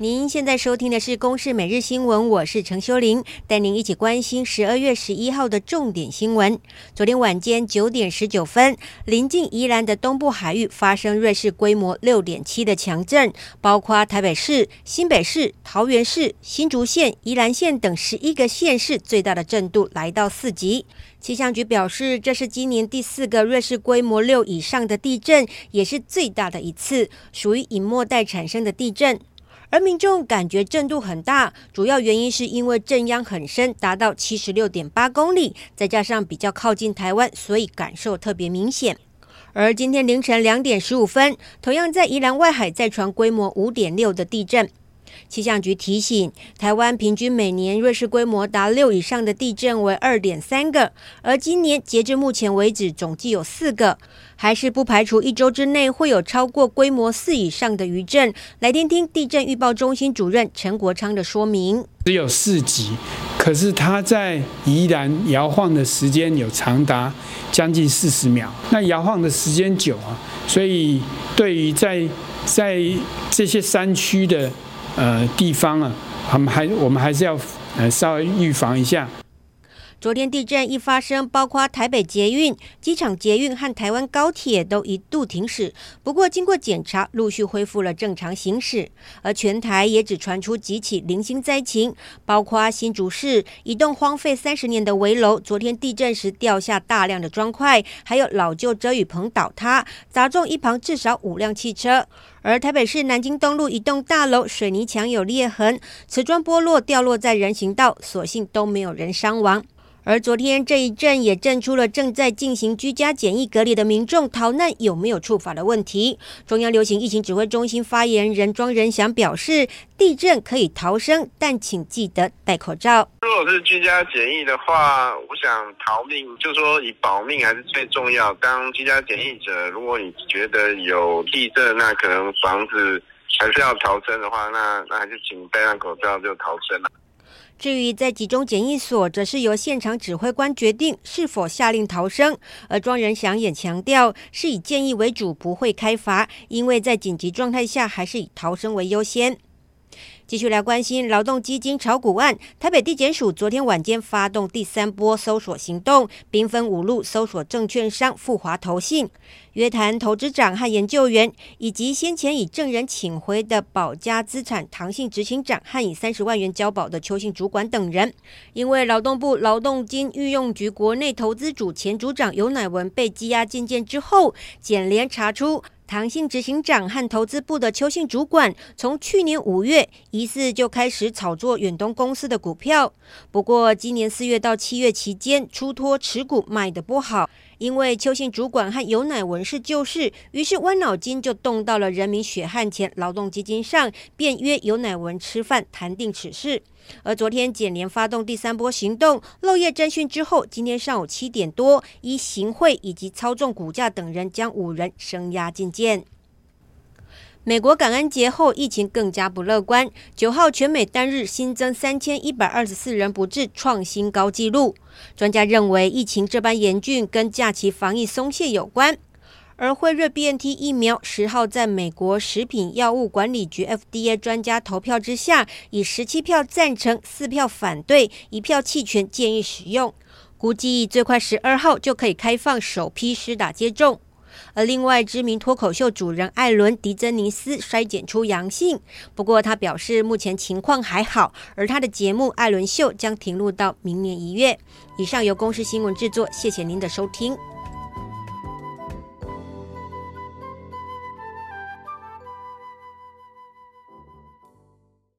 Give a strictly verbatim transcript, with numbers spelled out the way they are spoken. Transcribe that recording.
您现在收听的是《公视每日新闻》，我是陈修玲，带您一起关心十二月十一号的重点新闻。昨天晚间九点十九分，临近宜兰的东部海域发生瑞士规模 六点七 的强震，包括台北市、新北市、桃园市、新竹县、宜兰县等十一个县市，最大的震度来到四级。气象局表示，这是今年第四个瑞士规模六以上的地震，也是最大的一次，属于隐没带产生的地震。而民众感觉震度很大，主要原因是因为震央很深，达到 七十六点八 公里，再加上比较靠近台湾，所以感受特别明显。而今天凌晨两点十五分，同样在宜兰外海再传规模 五点六 的地震。气象局提醒，台湾平均每年瑞士规模达六以上的地震为 二点三 个，而今年截至目前为止总计有四个，还是不排除一周之内会有超过规模四以上的余震。来听听地震预报中心主任陈国昌的说明。 只有四级，可是它在宜兰摇晃的时间有长达将近四十秒，那摇晃的时间久啊，所以对于在在这些山区的呃地方啊，我们还我们还是要呃稍微预防一下。 昨天地震一发生，包括台北捷运、机场捷运和台湾高铁都一度停驶，不过经过检查，陆续恢复了正常行驶。而全台也只传出几起零星灾情，包括新竹市一栋荒废三十年的危楼，昨天地震时掉下大量的砖块，还有老旧遮雨棚倒塌，砸中一旁至少五辆汽车。而台北市南京东路一栋大楼水泥墙有裂痕，瓷砖剥落掉落在人行道，所幸都没有人伤亡。而昨天这一震也震出了正在进行居家检疫隔离的民众逃难有没有触法的问题。中央流行疫情指挥中心发言人庄仁祥表示，地震可以逃生，但请记得戴口罩。 如果是居家检疫的话，我想逃命就是说以保命还是最重要。当居家检疫者，如果你觉得有地震，那可能房子还是要逃生的话，那那还是请戴上口罩就逃生了。 至于在集中检疫所，则是由现场指挥官决定是否下令逃生。而庄仁祥也强调，是以建议为主，不会开罚，因为在紧急状态下，还是以逃生为优先。继续来关心劳动基金炒股案，台北地检署昨天晚间发动第三波搜索行动，兵分五路搜索证券商富华投信、约谈投资长和研究员，以及先前以证人请回的保家资产唐姓执行长和以三十万元交保的邱姓主管等人。因为劳动部劳动金运用局国内投资组前组长尤乃文被羁押禁见之后，检联查出唐姓执行长和投资部的邱姓主管从去年五月疑似就开始炒作远东公司的股票，不过今年四月到七月期间出脱持股卖得不好，因为邱姓主管和尤乃文是旧识，于是歪脑筋就动到了人民血汗钱劳动基金上，便约尤乃文吃饭谈定此事。而昨天检联发动第三波行动，漏夜侦讯之后，今天上午七点多，依行贿以及操纵股价等人将五人声押禁见。美国感恩节后，疫情更加不乐观。九号全美单日新增三千一百二十四人不治，创新高纪录。专家认为，疫情这般严峻跟假期防疫松懈有关。而辉瑞 B N T 疫苗十号在美国食品药物管理局 F D A 专家投票之下，以十七票赞成、四票反对、一票弃权建议使用，估计最快十二号就可以开放首批施打接种。而另外，知名脱口秀主人艾伦·迪珍尼斯筛检出阳性，不过他表示目前情况还好，而他的节目《艾伦秀》将停录到明年一月。以上由公视新闻制作，谢谢您的收听。